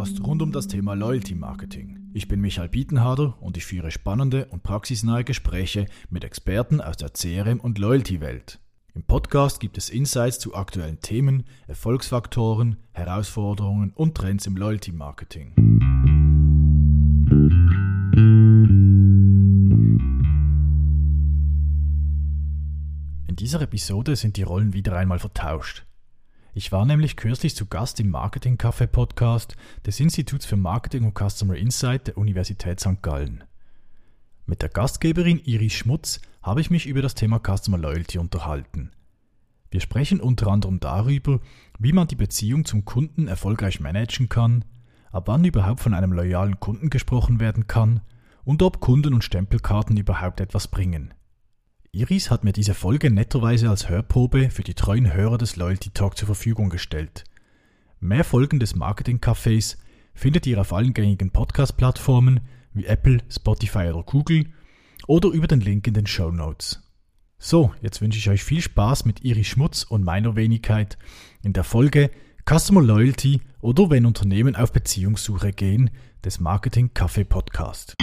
Podcast rund um das Thema Loyalty Marketing. Ich bin Michael Bietenharder und ich führe spannende und praxisnahe Gespräche mit Experten aus der CRM- und Loyalty-Welt. Im Podcast gibt es Insights zu aktuellen Themen, Erfolgsfaktoren, Herausforderungen und Trends im Loyalty Marketing. In dieser Episode sind die Rollen wieder einmal vertauscht. Ich war nämlich kürzlich zu Gast im Marketing-Café-Podcast des Instituts für Marketing und Customer Insight der Universität St. Gallen. Mit der Gastgeberin Iris Schmutz habe ich mich über das Thema Customer Loyalty unterhalten. Wir sprechen unter anderem darüber, wie man die Beziehung zum Kunden erfolgreich managen kann, ab wann überhaupt von einem loyalen Kunden gesprochen werden kann und ob Kunden- und Stempelkarten überhaupt etwas bringen. Iris hat mir diese Folge netterweise als Hörprobe für die treuen Hörer des Loyalty Talk zur Verfügung gestellt. Mehr Folgen des Marketing-Cafés findet ihr auf allen gängigen Podcast-Plattformen wie Apple, Spotify oder Google oder über den Link in den Shownotes. So, jetzt wünsche ich euch viel Spaß mit Iris Schmutz und meiner Wenigkeit in der Folge Customer Loyalty oder wenn Unternehmen auf Beziehungssuche gehen des Marketing-Café-Podcast.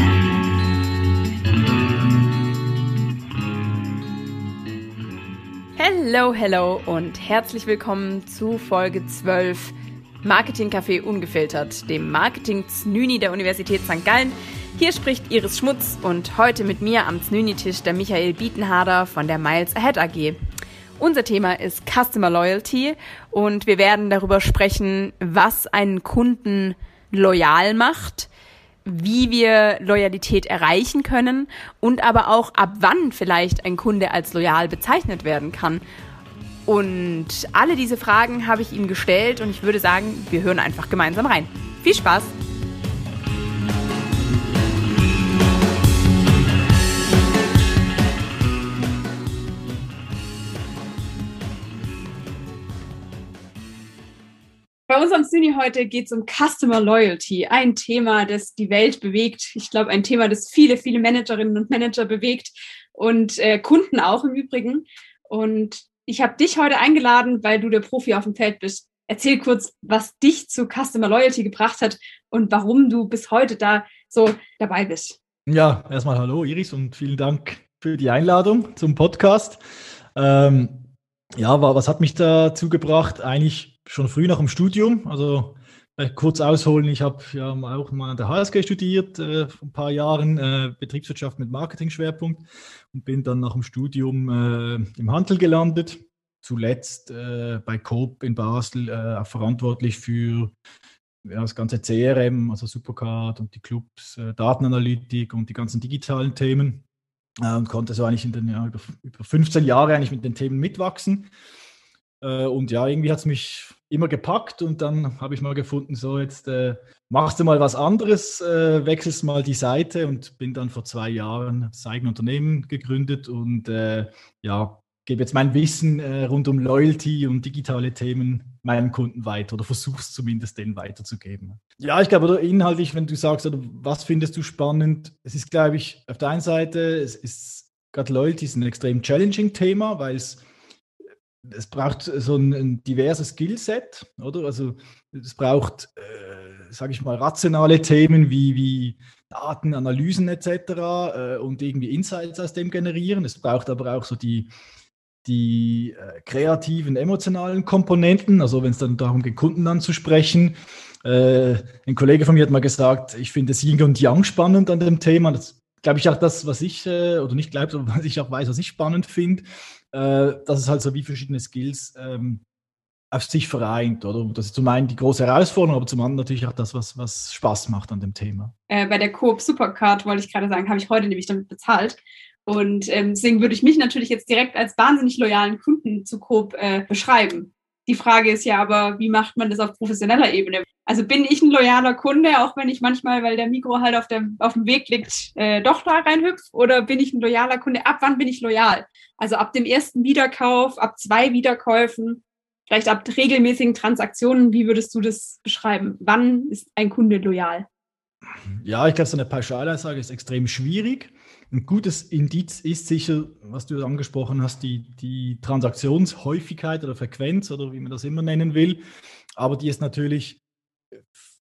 Hello und herzlich willkommen zu Folge 12 Marketing Café ungefiltert, dem Marketing-Znüni der Universität St. Gallen. Hier spricht Iris Schmutz und heute mit mir am Znüni-Tisch der Michael Bietenharder von der Miles Ahead AG. Unser Thema ist Customer Loyalty und wir werden darüber sprechen, was einen Kunden loyal macht, wie wir Loyalität erreichen können und aber auch ab wann vielleicht ein Kunde als loyal bezeichnet werden kann. Und alle diese Fragen habe ich ihm gestellt und ich würde sagen, wir hören einfach gemeinsam rein. Viel Spaß! Bei unserem Cine heute geht es um Customer Loyalty, ein Thema, das die Welt bewegt. Ich glaube, ein Thema, das viele Managerinnen und Manager bewegt und Kunden auch im Übrigen. Und ich habe dich heute eingeladen, weil du der Profi auf dem Feld bist. Erzähl kurz, was dich zu Customer Loyalty gebracht hat und warum du bis heute da so dabei bist. Ja, erstmal hallo Iris und vielen Dank für die Einladung zum Podcast. Was hat mich dazu gebracht? Eigentlich schon früh nach dem Studium, also kurz ausholen, ich habe ja auch mal an der HSG studiert, vor ein paar Jahren, Betriebswirtschaft mit Marketing-Schwerpunkt und bin dann nach dem Studium im Handel gelandet, zuletzt bei Coop in Basel, auch verantwortlich für das ganze CRM, also Supercard und die Clubs, Datenanalytik und die ganzen digitalen Themen und konnte so eigentlich in den über 15 Jahre eigentlich mit den Themen mitwachsen. Und ja, irgendwie hat es mich immer gepackt und dann habe ich mal gefunden, so jetzt machst du mal was anderes, wechselst mal die Seite und bin dann vor 2 Jahren das eigene Unternehmen gegründet und gebe jetzt mein Wissen rund um Loyalty und digitale Themen meinen Kunden weiter oder versuche es zumindest denen weiterzugeben. Ja, ich glaube, inhaltlich, wenn du sagst, oder was findest du spannend, es ist, glaube ich, auf der einen Seite, es ist gerade Loyalty ist ein extrem challenging Thema, weil es braucht so ein diverses Skillset, oder? Also es braucht, sage ich mal, rationale Themen wie Daten, Analysen etc. Und irgendwie Insights aus dem generieren. Es braucht aber auch so die kreativen, emotionalen Komponenten, also wenn es dann darum geht, Kunden anzusprechen. Ein Kollege von mir hat mal gesagt, ich finde das Yin und Yang spannend an dem Thema. Das glaube ich auch das, was ich, oder nicht glaube, sondern was ich auch weiß, was ich spannend finde. Dass es halt so wie verschiedene Skills auf sich vereint, oder? Und das ist zum einen die große Herausforderung, aber zum anderen natürlich auch das, was Spaß macht an dem Thema. Bei der Coop Supercard, wollte ich gerade sagen, habe ich heute nämlich damit bezahlt. Und deswegen würde ich mich natürlich jetzt direkt als wahnsinnig loyalen Kunden zu Coop beschreiben. Die Frage ist ja aber, wie macht man das auf professioneller Ebene? Also bin ich ein loyaler Kunde, auch wenn ich manchmal, weil der Mikro halt auf dem Weg liegt, doch da reinhüpfe? Oder bin ich ein loyaler Kunde? Ab wann bin ich loyal? Also ab dem ersten Wiederkauf, ab 2 Wiederkäufen, vielleicht ab regelmäßigen Transaktionen. Wie würdest du das beschreiben? Wann ist ein Kunde loyal? Ja, ich glaube, so eine Pauschalaussage ist extrem schwierig. Ein gutes Indiz ist sicher, was du angesprochen hast, die Transaktionshäufigkeit oder Frequenz oder wie man das immer nennen will. Aber die ist natürlich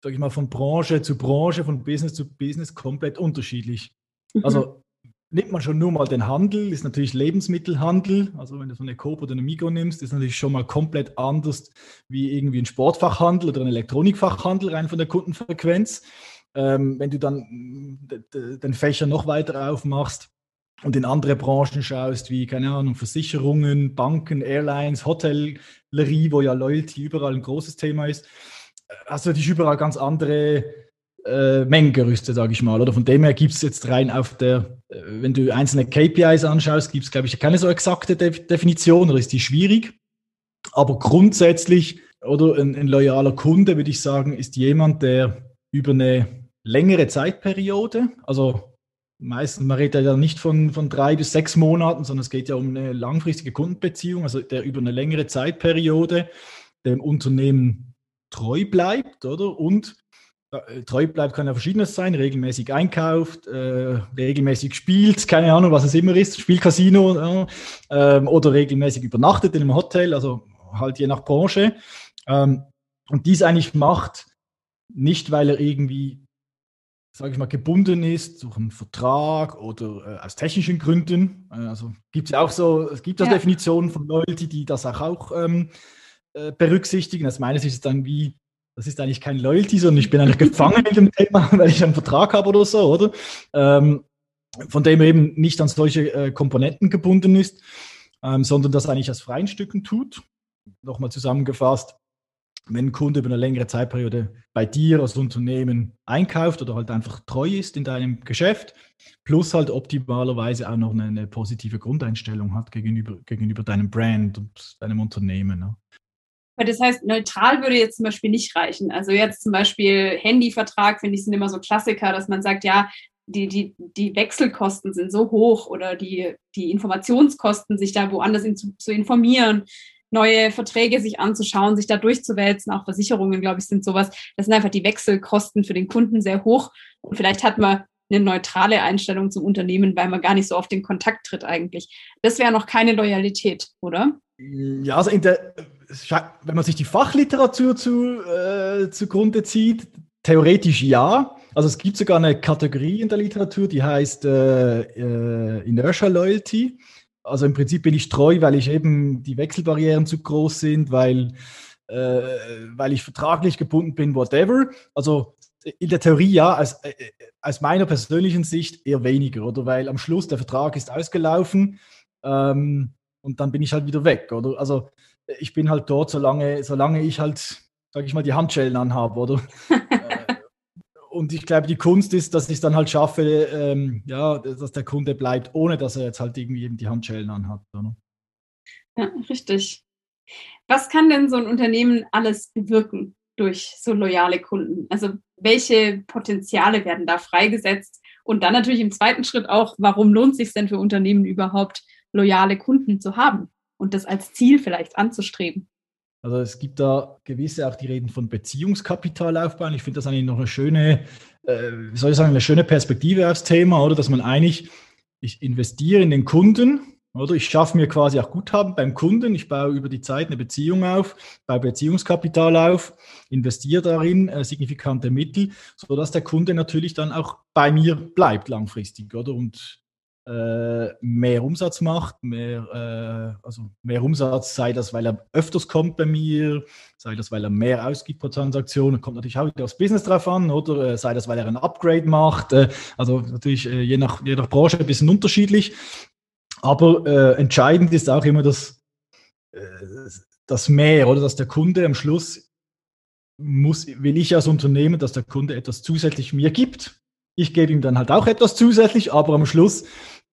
sag ich mal, von Branche zu Branche, von Business zu Business komplett unterschiedlich. Also nimmt man schon nur mal den Handel, ist natürlich Lebensmittelhandel. Also wenn du so eine Coop oder eine Migros nimmst, ist natürlich schon mal komplett anders wie irgendwie ein Sportfachhandel oder ein Elektronikfachhandel rein von der Kundenfrequenz. Wenn du dann den Fächer noch weiter aufmachst und in andere Branchen schaust, wie, keine Ahnung, Versicherungen, Banken, Airlines, Hotellerie, wo ja Loyalty überall ein großes Thema ist, hast du natürlich überall ganz andere Mengengerüste, sage ich mal. Oder von dem her gibt es jetzt rein auf wenn du einzelne KPIs anschaust, gibt es, glaube ich, keine so exakte Definition oder ist die schwierig. Aber grundsätzlich, oder ein loyaler Kunde, würde ich sagen, ist jemand, der über eine längere Zeitperiode, also meistens, man redet ja nicht von 3 bis 6 Monaten, sondern es geht ja um eine langfristige Kundenbeziehung, also der über eine längere Zeitperiode dem Unternehmen treu bleibt, oder? Und treu bleibt kann ja verschiedenes sein, regelmäßig einkauft, regelmäßig spielt, keine Ahnung, was es immer ist, Spielcasino oder regelmäßig übernachtet in einem Hotel, also halt je nach Branche. Und dies eigentlich macht, nicht weil er irgendwie, sage ich mal, gebunden ist durch einen Vertrag oder aus technischen Gründen. Also gibt es ja auch so, es gibt ja Definitionen von Leuten, die das auch berücksichtigen. Aus meiner Sicht ist es dann wie, das ist eigentlich kein Loyalty, sondern ich bin eigentlich gefangen in dem Thema, weil ich einen Vertrag habe oder so, oder? Von dem er eben nicht an solche Komponenten gebunden ist, sondern das eigentlich aus freien Stücken tut. Nochmal zusammengefasst, wenn ein Kunde über eine längere Zeitperiode bei dir als Unternehmen einkauft oder halt einfach treu ist in deinem Geschäft, plus halt optimalerweise auch noch eine positive Grundeinstellung hat gegenüber deinem Brand und deinem Unternehmen. Ne? Das heißt, neutral würde jetzt zum Beispiel nicht reichen. Also jetzt zum Beispiel Handyvertrag, finde ich, sind immer so Klassiker, dass man sagt, ja, die Wechselkosten sind so hoch oder die Informationskosten, sich da woanders zu informieren, neue Verträge sich anzuschauen, sich da durchzuwälzen, auch Versicherungen, glaube ich, sind sowas. Das sind einfach die Wechselkosten für den Kunden sehr hoch. Und vielleicht hat man eine neutrale Einstellung zum Unternehmen, weil man gar nicht so oft in Kontakt tritt eigentlich. Das wäre noch keine Loyalität, oder? Ja, also wenn man sich die Fachliteratur zugrunde zieht, theoretisch ja. Also es gibt sogar eine Kategorie in der Literatur, die heißt Inertial Loyalty. Also im Prinzip bin ich treu, weil ich eben die Wechselbarrieren zu groß sind, weil ich vertraglich gebunden bin, whatever. Also in der Theorie ja, aus meiner persönlichen Sicht eher weniger, oder? Weil am Schluss der Vertrag ist ausgelaufen und dann bin ich halt wieder weg, oder? Also ich bin halt dort, solange ich halt, sage ich mal, die Handschellen anhabe, oder? Und ich glaube, die Kunst ist, dass ich es dann halt schaffe, dass der Kunde bleibt, ohne dass er jetzt halt irgendwie eben die Handschellen anhat. Oder? Ja, richtig. Was kann denn so ein Unternehmen alles bewirken durch so loyale Kunden? Also welche Potenziale werden da freigesetzt? Und dann natürlich im zweiten Schritt auch, warum lohnt es sich denn für Unternehmen überhaupt, loyale Kunden zu haben und das als Ziel vielleicht anzustreben? Also es gibt da gewisse, auch die reden von Beziehungskapital aufbauen. Ich finde das eigentlich noch eine schöne, eine schöne Perspektive aufs Thema, oder? Dass man eigentlich, ich investiere in den Kunden, oder? Ich schaffe mir quasi auch Guthaben beim Kunden. Ich baue über die Zeit eine Beziehung auf, baue Beziehungskapital auf, investiere darin signifikante Mittel, sodass der Kunde natürlich dann auch bei mir bleibt langfristig, oder? Und mehr Umsatz macht, mehr Umsatz, sei das, weil er öfters kommt bei mir, sei das, weil er mehr ausgibt pro Transaktion, kommt natürlich auch wieder aufs Business drauf an, oder sei das, weil er ein Upgrade macht, also natürlich je nach Branche ein bisschen unterschiedlich, aber entscheidend ist auch immer das Mehr, oder dass der Kunde am Schluss will ich als Unternehmen, dass der Kunde etwas zusätzlich mir gibt. Ich gebe ihm dann halt auch etwas zusätzlich, aber am Schluss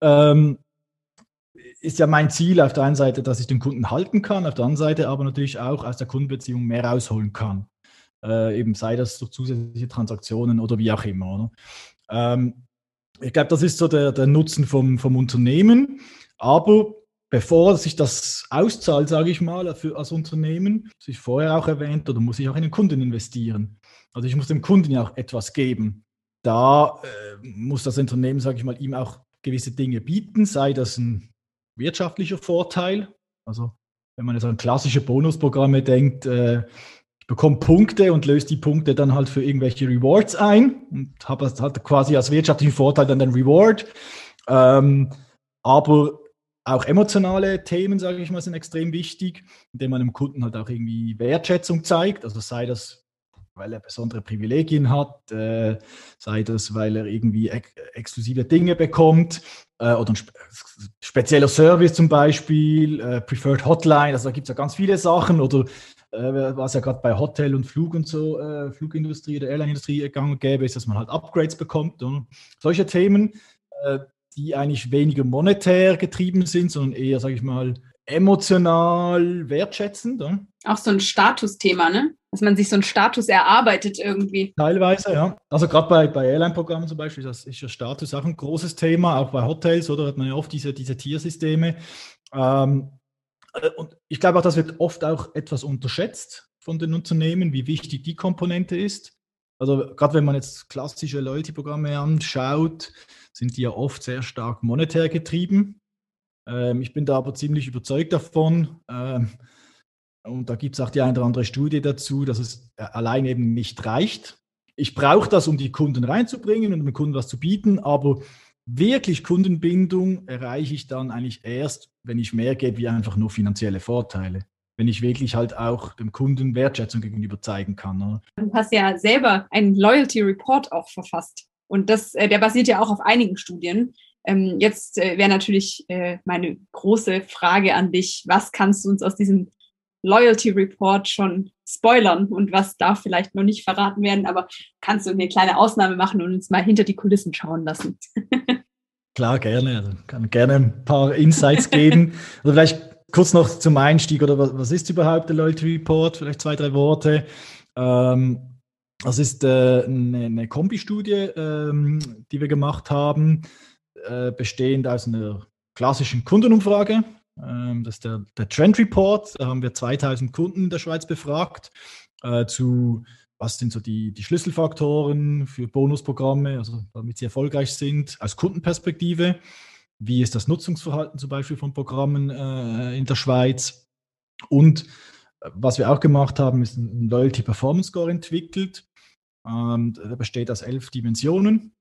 ist ja mein Ziel auf der einen Seite, dass ich den Kunden halten kann, auf der anderen Seite aber natürlich auch aus der Kundenbeziehung mehr rausholen kann. Eben sei das durch zusätzliche Transaktionen oder wie auch immer. Oder? Ich glaube, das ist so der Nutzen vom Unternehmen. Aber bevor sich das auszahlt, sage ich mal, als Unternehmen, das ich vorher auch erwähnt, oder muss ich auch in den Kunden investieren. Also ich muss dem Kunden ja auch etwas geben. Da muss das Unternehmen, sage ich mal, ihm auch gewisse Dinge bieten, sei das ein wirtschaftlicher Vorteil. Also wenn man jetzt an klassische Bonusprogramme denkt, ich bekomme Punkte und löse die Punkte dann halt für irgendwelche Rewards ein und habe halt quasi als wirtschaftlichen Vorteil dann den Reward. Aber auch emotionale Themen, sage ich mal, sind extrem wichtig, indem man dem Kunden halt auch irgendwie Wertschätzung zeigt. Also sei das, weil er besondere Privilegien hat, sei das, weil er irgendwie exklusive Dinge bekommt oder ein spezieller Service zum Beispiel, Preferred Hotline, also da gibt es ja ganz viele Sachen oder was ja gerade bei Hotel und Flug und so, Flugindustrie oder Airline-Industrie gang und gäbe ist, dass man halt Upgrades bekommt. Und solche Themen, die eigentlich weniger monetär getrieben sind, sondern eher, sage ich mal, emotional wertschätzend. Oder? Auch so ein Statusthema, ne? Dass man sich so einen Status erarbeitet irgendwie. Teilweise, ja. Also gerade bei Airline-Programmen zum Beispiel, das ist ja Status auch ein großes Thema, auch bei Hotels, oder hat man ja oft diese Tiersysteme. Und ich glaube auch, das wird oft auch etwas unterschätzt von den Unternehmen, wie wichtig die Komponente ist. Also gerade wenn man jetzt klassische Loyalty-Programme anschaut, sind die ja oft sehr stark monetär getrieben. Ich bin da aber ziemlich überzeugt davon. Und da gibt es auch die eine oder andere Studie dazu, dass es allein eben nicht reicht. Ich brauche das, um die Kunden reinzubringen und um den Kunden was zu bieten, aber wirklich Kundenbindung erreiche ich dann eigentlich erst, wenn ich mehr gebe wie einfach nur finanzielle Vorteile. Wenn ich wirklich halt auch dem Kunden Wertschätzung gegenüber zeigen kann. Oder? Du hast ja selber einen Loyalty Report auch verfasst. Und der basiert ja auch auf einigen Studien. Jetzt wäre natürlich meine große Frage an dich, was kannst du uns aus diesem Loyalty Report schon spoilern und was darf vielleicht noch nicht verraten werden, aber kannst du eine kleine Ausnahme machen und uns mal hinter die Kulissen schauen lassen? Klar, gerne. Also kann gerne ein paar Insights geben. Also vielleicht kurz noch zum Einstieg, oder was ist überhaupt der Loyalty Report? Vielleicht 2, 3 Worte. Das ist eine Kombistudie, die wir gemacht haben, bestehend aus einer klassischen Kundenumfrage. Das ist der Trend Report. Da haben wir 2000 Kunden in der Schweiz befragt zu, was sind so die Schlüsselfaktoren für Bonusprogramme, also damit sie erfolgreich sind, aus Kundenperspektive. Wie ist das Nutzungsverhalten zum Beispiel von Programmen in der Schweiz? Und was wir auch gemacht haben, ist ein Loyalty Performance Score entwickelt. Der besteht aus 11 Dimensionen.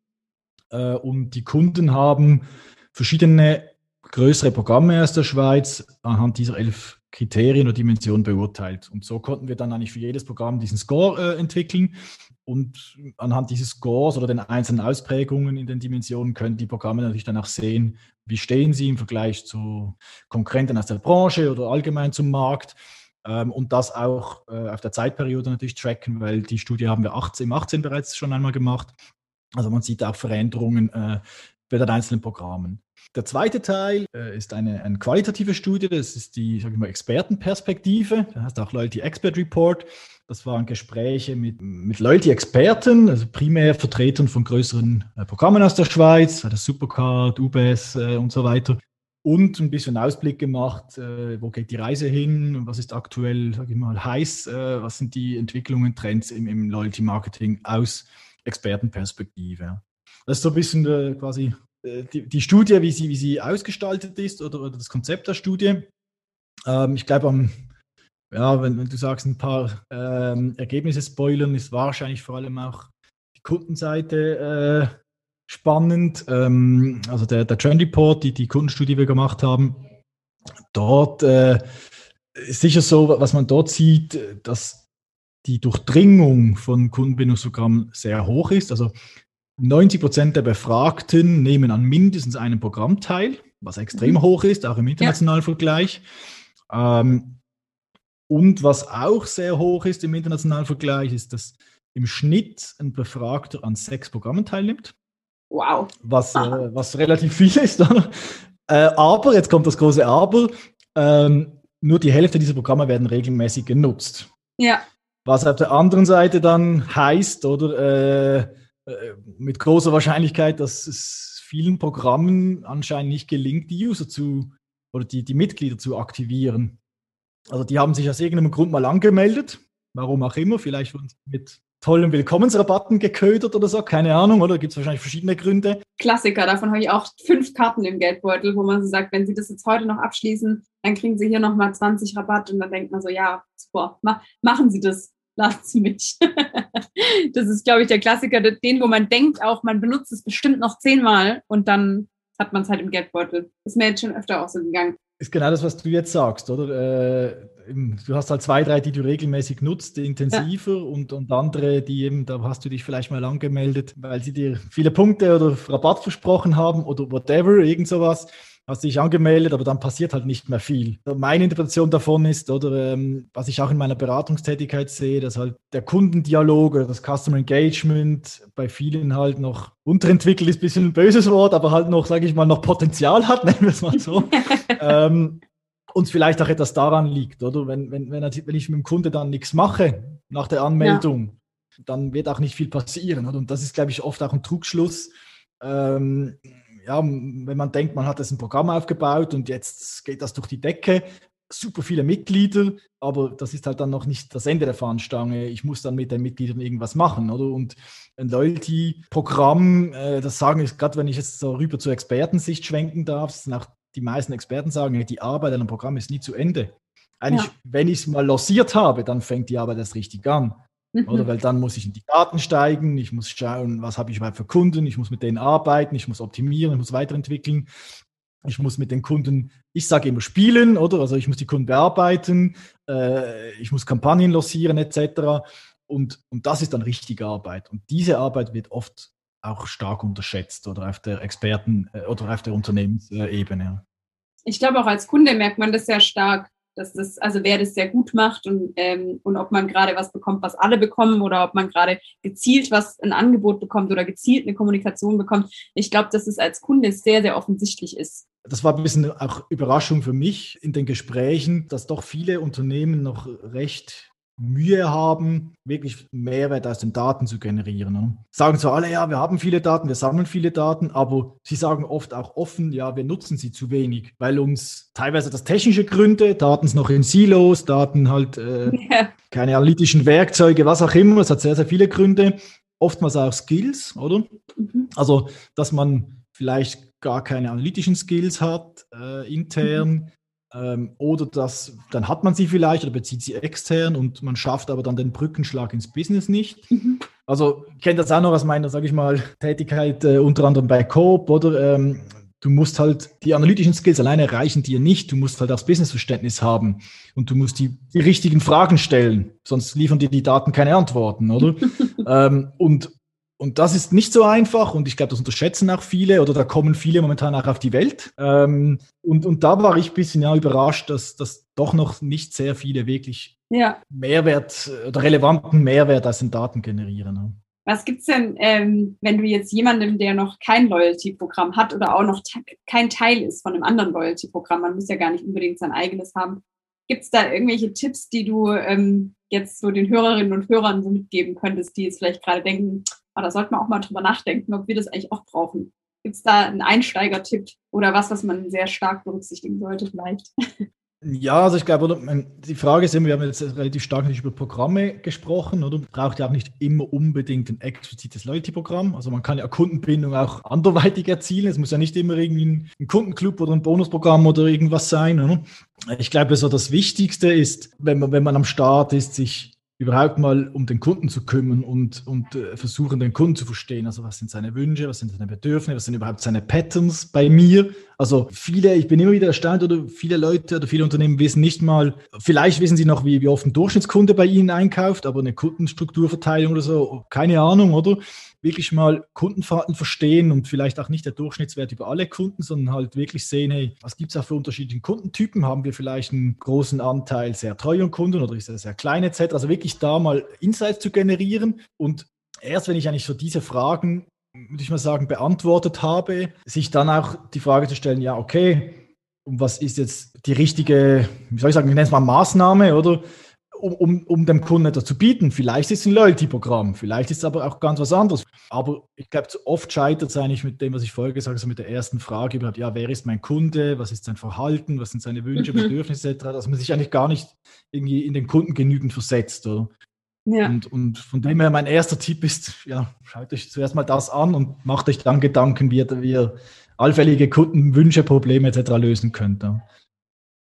Und die Kunden haben verschiedene größere Programme aus der Schweiz anhand dieser 11 Kriterien oder Dimensionen beurteilt. Und so konnten wir dann eigentlich für jedes Programm diesen Score entwickeln. Und anhand dieses Scores oder den einzelnen Ausprägungen in den Dimensionen können die Programme natürlich dann auch sehen, wie stehen sie im Vergleich zu Konkurrenten aus der Branche oder allgemein zum Markt. Und das auch auf der Zeitperiode natürlich tracken, weil die Studie haben wir im 18 bereits schon einmal gemacht. Also man sieht auch Veränderungen bei den einzelnen Programmen. Der zweite Teil ist eine qualitative Studie, das ist die, sag ich mal, Expertenperspektive, das heißt auch Loyalty Expert Report. Das waren Gespräche mit Loyalty-Experten, also primär Vertretern von größeren Programmen aus der Schweiz, das Supercard, UBS und so weiter. Und ein bisschen Ausblick gemacht, wo geht die Reise hin, was ist aktuell, sag ich mal, heiß, was sind die Entwicklungen, Trends im Loyalty-Marketing aus Expertenperspektive. Das ist so ein bisschen quasi die Studie, wie sie ausgestaltet ist oder das Konzept der Studie. Ich glaube, wenn du sagst, ein paar Ergebnisse spoilern, ist wahrscheinlich vor allem auch die Kundenseite spannend. Also der Trend Report, die Kundenstudie, die wir gemacht haben, dort ist sicher so, was man dort sieht, dass die Durchdringung von Kundenbindungsprogrammen sehr hoch ist. Also 90% der Befragten nehmen an mindestens einem Programm teil, was extrem hoch ist, auch im internationalen Vergleich. Und was auch sehr hoch ist im internationalen Vergleich, ist, dass im Schnitt ein Befragter an 6 Programmen teilnimmt. Wow. Was relativ viel ist. Aber, jetzt kommt das große Aber, nur die Hälfte dieser Programme werden regelmäßig genutzt. Ja. Was auf der anderen Seite dann heißt, oder mit großer Wahrscheinlichkeit, dass es vielen Programmen anscheinend nicht gelingt, die User oder die Mitglieder zu aktivieren. Also die haben sich aus irgendeinem Grund mal angemeldet, warum auch immer, vielleicht wurden sie mit tollen Willkommensrabatten geködert oder so, keine Ahnung, oder gibt es wahrscheinlich verschiedene Gründe. Klassiker, davon habe ich auch 5 Karten im Geldbeutel, wo man so sagt, wenn Sie das jetzt heute noch abschließen, dann kriegen Sie hier nochmal 20 Rabatt und dann denkt man so, ja, super, machen Sie das. lasst mich. Das ist, glaube ich, der Klassiker, den, wo man denkt auch, man benutzt es bestimmt noch 10-mal und dann hat man es halt im Geldbeutel. Ist mir jetzt schon öfter auch so gegangen. Ist genau das, was du jetzt sagst, oder? Du hast halt 2, 3, die du regelmäßig nutzt, intensiver, ja. und andere, die eben, da hast du dich vielleicht mal angemeldet, weil sie dir viele Punkte oder Rabatt versprochen haben oder whatever, irgend sowas. Hast dich angemeldet, aber dann passiert halt nicht mehr viel. Meine Interpretation davon ist, oder was ich auch in meiner Beratungstätigkeit sehe, dass halt der Kundendialog oder das Customer Engagement bei vielen halt noch unterentwickelt ist, ein bisschen ein böses Wort, aber halt noch, sage ich mal, noch Potenzial hat, nennen wir es mal so. Und vielleicht auch etwas daran liegt, oder? Wenn ich mit dem Kunde dann nichts mache nach der Anmeldung, dann wird auch nicht viel passieren, oder? Und das ist, glaube ich, oft auch ein Trugschluss. Wenn man denkt, man hat jetzt ein Programm aufgebaut und jetzt geht das durch die Decke, super viele Mitglieder, aber das ist halt dann noch nicht das Ende der Fahnenstange. Ich muss dann mit den Mitgliedern irgendwas machen, oder? Und ein Loyalty-Programm, das sagen ich, gerade wenn ich jetzt so rüber zur Expertensicht schwenken darf, sind auch die meisten Experten sagen, die Arbeit an einem Programm ist nie zu Ende. Eigentlich, wenn ich es mal lanciert habe, dann fängt die Arbeit erst richtig an. Oder weil dann muss ich in die Daten steigen, ich muss schauen, was habe ich überhaupt für Kunden, ich muss mit denen arbeiten, ich muss optimieren, ich muss weiterentwickeln, ich muss mit den Kunden, ich sage immer spielen, oder? Also ich muss die Kunden bearbeiten, ich muss Kampagnen lancieren etc. Und das ist dann richtige Arbeit. Und diese Arbeit wird oft auch stark unterschätzt oder auf der oder auf der Unternehmensebene. Ich glaube, auch als Kunde merkt man das sehr stark, dass das, also wer das sehr gut macht und ob man gerade was bekommt, was alle bekommen oder ob man gerade gezielt was ein Angebot bekommt oder gezielt eine Kommunikation bekommt. Ich glaube, dass es als Kunde sehr, sehr offensichtlich ist. Das war ein bisschen auch Überraschung für mich in den Gesprächen, dass doch viele Unternehmen noch recht Mühe haben, wirklich Mehrwert aus den Daten zu generieren. Ne? Sagen zwar alle, ja, wir haben viele Daten, wir sammeln viele Daten, aber sie sagen oft auch offen, ja, wir nutzen sie zu wenig, weil uns teilweise das technische Gründe, Daten sind noch in Silos, Daten halt keine analytischen Werkzeuge, was auch immer, es hat sehr, sehr viele Gründe, oftmals auch Skills, oder? Also, dass man vielleicht gar keine analytischen Skills hat, intern, oder dann hat man sie vielleicht oder bezieht sie extern und man schafft aber dann den Brückenschlag ins Business nicht. Also ich kenne das auch noch aus meiner, sage ich mal, Tätigkeit unter anderem bei Coop, oder? Du musst halt die analytischen Skills alleine reichen dir nicht. Du musst halt auch das Businessverständnis haben und du musst die richtigen Fragen stellen, sonst liefern dir die Daten keine Antworten, oder? Und das ist nicht so einfach und ich glaube, das unterschätzen auch viele oder da kommen viele momentan auch auf die Welt. Und da war ich ein bisschen überrascht, dass doch noch nicht sehr viele wirklich Mehrwert oder relevanten Mehrwert aus den Daten generieren. Was gibt's denn, wenn du jetzt jemandem, der noch kein Loyalty-Programm hat oder auch noch kein Teil ist von einem anderen Loyalty-Programm, man muss ja gar nicht unbedingt sein eigenes haben, gibt es da irgendwelche Tipps, die du jetzt so den Hörerinnen und Hörern so mitgeben könntest, die jetzt vielleicht gerade denken, da sollte man auch mal drüber nachdenken, ob wir das eigentlich auch brauchen. Gibt es da einen Einsteigertipp oder was man sehr stark berücksichtigen sollte vielleicht? Ja, also ich glaube, die Frage ist immer, wir haben jetzt relativ stark nicht über Programme gesprochen, oder? Braucht ja auch nicht immer unbedingt ein explizites Loyalty-Programm. Also man kann ja Kundenbindung auch anderweitig erzielen. Es muss ja nicht immer irgendwie ein Kundenclub oder ein Bonusprogramm oder irgendwas sein, oder? Ich glaube, so das Wichtigste ist, wenn man am Start ist, sich überhaupt mal um den Kunden zu kümmern und versuchen, den Kunden zu verstehen. Also was sind seine Wünsche, was sind seine Bedürfnisse, was sind überhaupt seine Patterns bei mir? Also ich bin immer wieder erstaunt, oder viele Leute oder viele Unternehmen wissen nicht mal, vielleicht wissen sie noch, wie oft ein Durchschnittskunde bei ihnen einkauft, aber eine Kundenstrukturverteilung oder so, keine Ahnung, oder? Wirklich mal Kundenverhalten verstehen und vielleicht auch nicht der Durchschnittswert über alle Kunden, sondern halt wirklich sehen, hey, was gibt es auch für unterschiedliche Kundentypen? Haben wir vielleicht einen großen Anteil sehr treuer Kunden oder ist er sehr klein etc.? Also wirklich da mal Insights zu generieren und erst wenn ich eigentlich so diese Fragen, würde ich mal sagen, beantwortet habe, sich dann auch die Frage zu stellen, ja, okay, und was ist jetzt die richtige, wie soll ich sagen, ich nenne es mal Maßnahme, oder? Um dem Kunden etwas zu bieten. Vielleicht ist es ein Loyalty-Programm, vielleicht ist es aber auch ganz was anderes. Aber ich glaube, oft scheitert es eigentlich mit dem, was ich vorher gesagt habe, mit der ersten Frage überhaupt, ja, wer ist mein Kunde, was ist sein Verhalten, was sind seine Wünsche, Bedürfnisse etc., dass man sich eigentlich gar nicht irgendwie in den Kunden genügend versetzt, oder? Ja. Und von dem her, mein erster Tipp ist, ja, schaut euch zuerst mal das an und macht euch dann Gedanken, wie ihr allfällige Kundenwünsche, Probleme etc. lösen könnt. Ja.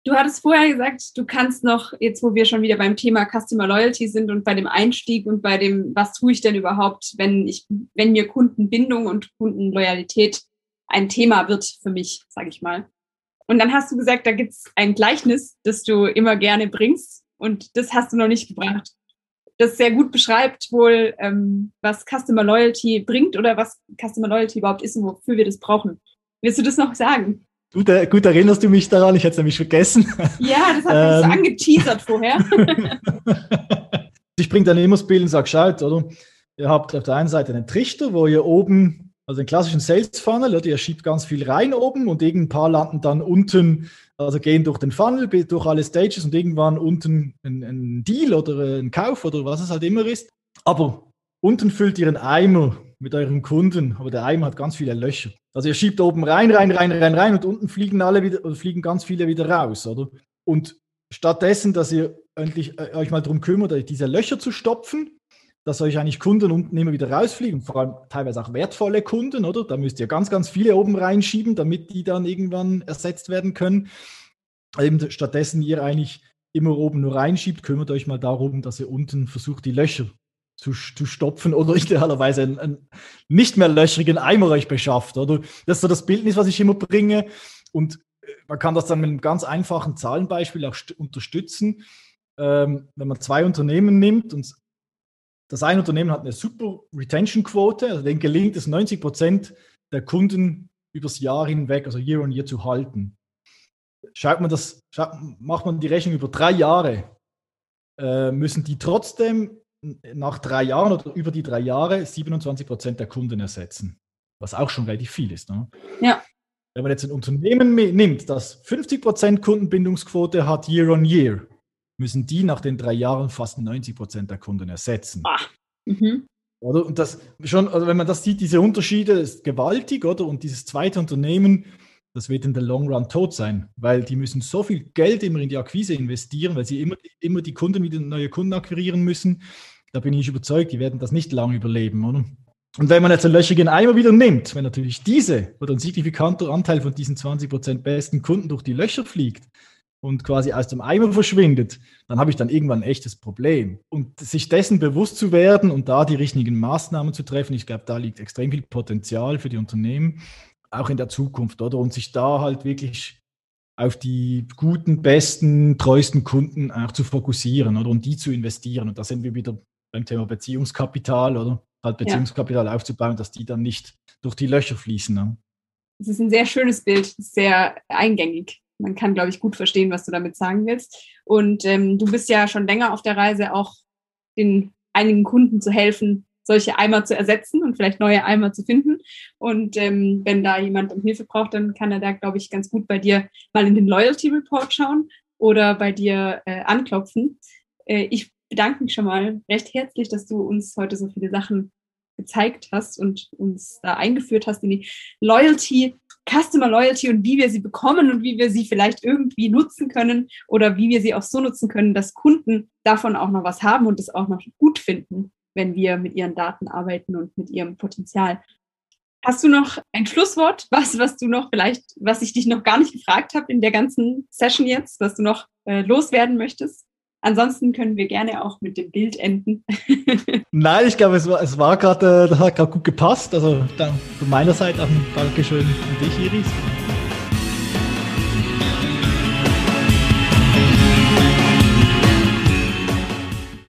Du hattest vorher gesagt, du kannst noch, jetzt wo wir schon wieder beim Thema Customer Loyalty sind und bei dem Einstieg und bei dem, was tue ich denn überhaupt, wenn mir Kundenbindung und Kundenloyalität ein Thema wird für mich, sage ich mal. Und dann hast du gesagt, da gibt es ein Gleichnis, das du immer gerne bringst und das hast du noch nicht gebracht. Das sehr gut beschreibt wohl, was Customer Loyalty bringt oder was Customer Loyalty überhaupt ist und wofür wir das brauchen. Willst du das noch sagen? Gut erinnerst du mich daran, ich hätte es nämlich vergessen. Ja, das hat mich so angeteasert vorher. Ich bringe dann immer das Bild und sage, schaut, oder? Ihr habt auf der einen Seite einen Trichter, wo ihr oben, also den klassischen Sales Funnel, oder? Ihr schiebt ganz viel rein oben und ein paar landen dann unten, also gehen durch den Funnel, durch alle Stages und irgendwann unten ein Deal oder ein Kauf oder was es halt immer ist. Aber unten füllt ihr einen Eimer mit euren Kunden, aber der Eimer hat ganz viele Löcher. Also ihr schiebt oben rein und unten fliegen fliegen ganz viele wieder raus, oder? Und stattdessen, dass ihr endlich euch mal darum kümmert, euch diese Löcher zu stopfen, dass euch eigentlich Kunden unten immer wieder rausfliegen, vor allem teilweise auch wertvolle Kunden, oder? Da müsst ihr ganz, ganz viele oben reinschieben, damit die dann irgendwann ersetzt werden können. Eben stattdessen ihr eigentlich immer oben nur reinschiebt, kümmert euch mal darum, dass ihr unten versucht, die Löcher zu stopfen oder idealerweise einen nicht mehr löchrigen Eimer euch beschafft, oder? Das ist so das Bildnis, was ich immer bringe. Und man kann das dann mit einem ganz einfachen Zahlenbeispiel auch unterstützen. Wenn man 2 Unternehmen nimmt und das eine Unternehmen hat eine super Retention-Quote, also denen gelingt es, 90% der Kunden übers Jahr hinweg, also Year on Year, zu halten. Macht man die Rechnung über 3 Jahre, müssen die trotzdem nach 3 Jahren oder über die 3 Jahre 27% der Kunden ersetzen, was auch schon relativ viel ist. Ne? Ja. Wenn man jetzt ein Unternehmen nimmt, das 50% Kundenbindungsquote hat Year on Year, müssen die nach den 3 Jahren fast 90% der Kunden ersetzen. Oder? Und das schon, also wenn man das sieht, diese Unterschiede ist gewaltig, oder? Und dieses zweite Unternehmen, das wird in der Long Run tot sein, weil die müssen so viel Geld immer in die Akquise investieren, weil sie immer die Kunden wieder neue Kunden akquirieren müssen. Da bin ich überzeugt, die werden das nicht lange überleben, oder? Und wenn man jetzt einen löchrigen Eimer wieder nimmt, wenn natürlich oder ein signifikanter Anteil von diesen 20% besten Kunden durch die Löcher fliegt und quasi aus dem Eimer verschwindet, dann habe ich dann irgendwann ein echtes Problem. Und sich dessen bewusst zu werden und da die richtigen Maßnahmen zu treffen, ich glaube, da liegt extrem viel Potenzial für die Unternehmen, auch in der Zukunft, oder? Und sich da halt wirklich auf die guten, besten, treuesten Kunden auch zu fokussieren, oder? Und die zu investieren. Und da sind wir wieder beim Thema Beziehungskapital, oder? Halt Beziehungskapital aufzubauen, dass die dann nicht durch die Löcher fließen. Ne? Das ist ein sehr schönes Bild, sehr eingängig. Man kann, glaube ich, gut verstehen, was du damit sagen willst. Und du bist ja schon länger auf der Reise, auch den einigen Kunden zu helfen, solche Eimer zu ersetzen und vielleicht neue Eimer zu finden. Und wenn da jemand um Hilfe braucht, dann kann er da, glaube ich, ganz gut bei dir mal in den Loyalty Report schauen oder bei dir anklopfen. Ich bedanke mich schon mal recht herzlich, dass du uns heute so viele Sachen gezeigt hast und uns da eingeführt hast in die Loyalty, Customer Loyalty und wie wir sie bekommen und wie wir sie vielleicht irgendwie nutzen können oder wie wir sie auch so nutzen können, dass Kunden davon auch noch was haben und es auch noch gut finden, wenn wir mit ihren Daten arbeiten und mit ihrem Potenzial. Hast du noch ein Schlusswort, was du noch vielleicht, was ich dich noch gar nicht gefragt habe in der ganzen Session jetzt, was du noch loswerden möchtest? Ansonsten können wir gerne auch mit dem Bild enden. Nein, ich glaube, es war gerade, das hat gerade gut gepasst. Also von meiner Seite auch ein Dankeschön an dich, Iris.